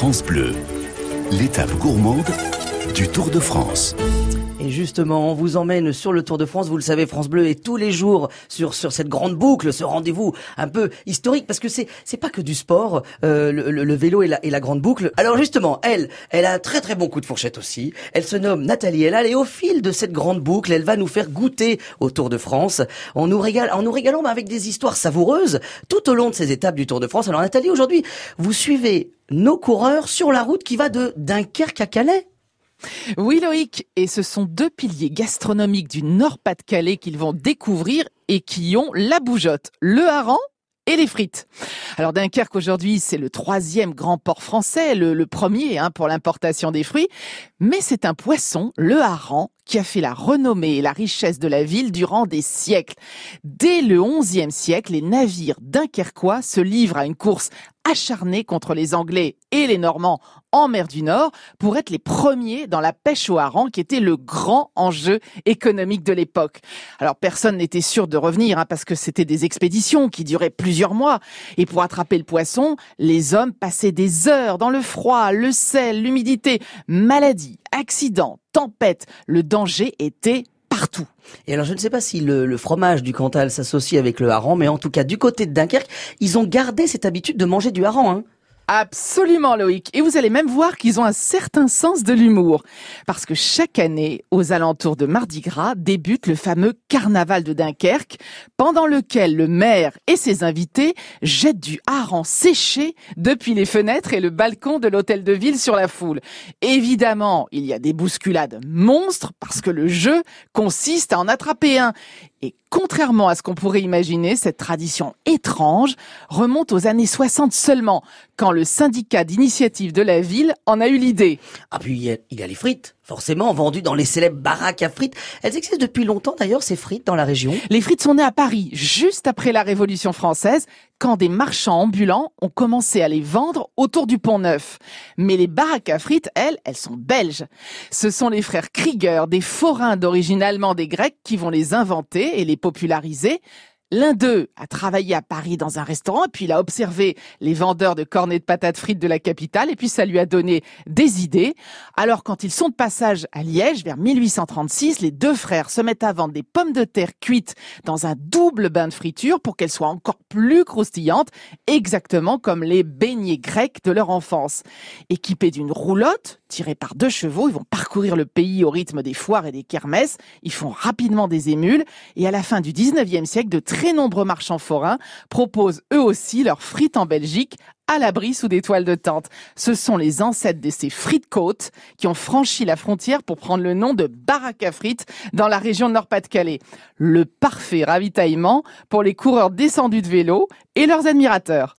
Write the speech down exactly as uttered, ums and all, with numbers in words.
France Bleu, l'étape gourmande du Tour de France. Et justement, on vous emmène sur le Tour de France. Vous le savez, France Bleu est tous les jours sur sur cette grande boucle, ce rendez-vous un peu historique, parce que c'est c'est pas que du sport, euh, le, le, le vélo et la, et la grande boucle. Alors justement, elle, elle a un très très bon coup de fourchette aussi. Elle se nomme Nathalie Elal et au fil de cette grande boucle, elle va nous faire goûter au Tour de France. On nous régale, en nous régalant bah, avec des histoires savoureuses tout au long de ces étapes du Tour de France. Alors Nathalie, aujourd'hui, vous suivez nos coureurs sur la route qui va de Dunkerque à Calais. Oui Loïc, et ce sont deux piliers gastronomiques du Nord-Pas-de-Calais qu'ils vont découvrir et qui ont la bougeotte, le hareng et les frites. Alors Dunkerque aujourd'hui, c'est le troisième grand port français, le, le premier hein, pour l'importation des fruits, mais c'est un poisson, le hareng, qui a fait la renommée et la richesse de la ville durant des siècles. Dès le onzième siècle, les navires dunkerquois se livrent à une course acharnée contre les Anglais et les Normands en mer du Nord pour être les premiers dans la pêche au hareng qui était le grand enjeu économique de l'époque. Alors personne n'était sûr de revenir hein, parce que c'était des expéditions qui duraient plusieurs mois et pour attraper le poisson, les hommes passaient des heures dans le froid, le sel, l'humidité, maladies, accidents, tempêtes, le danger était partout. Et alors je ne sais pas si le, le fromage du Cantal s'associe avec le hareng, mais en tout cas du côté de Dunkerque, ils ont gardé cette habitude de manger du hareng. Hein. Absolument Loïc, et vous allez même voir qu'ils ont un certain sens de l'humour, parce que chaque année, aux alentours de Mardi Gras, débute le fameux carnaval de Dunkerque, pendant lequel le maire et ses invités jettent du hareng séché depuis les fenêtres et le balcon de l'hôtel de ville sur la foule. Évidemment, il y a des bousculades monstres, parce que le jeu consiste à en attraper un. Et contrairement à ce qu'on pourrait imaginer, cette tradition étrange remonte aux années soixante seulement, quand le syndicat d'initiative de la ville en a eu l'idée. Ah puis il y a, il y a les frites, forcément vendues dans les célèbres baraques à frites. Elles existent depuis longtemps d'ailleurs, ces frites dans la région. Les frites sont nées à Paris, juste après la Révolution française, quand des marchands ambulants ont commencé à les vendre autour du Pont-Neuf. Mais les baraques à frites, elles, elles sont belges. Ce sont les frères Krieger, des forains d'origine allemande et grecque, qui vont les inventer et les populariser. L'un d'eux a travaillé à Paris dans un restaurant, et puis il a observé les vendeurs de cornets de patates frites de la capitale, et puis ça lui a donné des idées. Alors quand ils sont de passage à Liège, vers mille huit cent trente-six, les deux frères se mettent à vendre des pommes de terre cuites dans un double bain de friture pour qu'elles soient encore plus croustillantes, exactement comme les beignets grecs de leur enfance. Équipés d'une roulotte, tirée par deux chevaux, ils vont parcourir le pays au rythme des foires et des kermesses, ils font rapidement des émules, et à la fin du dix-neuvième siècle, de très nombreux marchands forains proposent eux aussi leurs frites en Belgique, à l'abri sous des toiles de tente. Ce sont les ancêtres de ces frites-côtes qui ont franchi la frontière pour prendre le nom de baraque à frites dans la région de Nord-Pas-de-Calais. Le parfait ravitaillement pour les coureurs descendus de vélo et leurs admirateurs.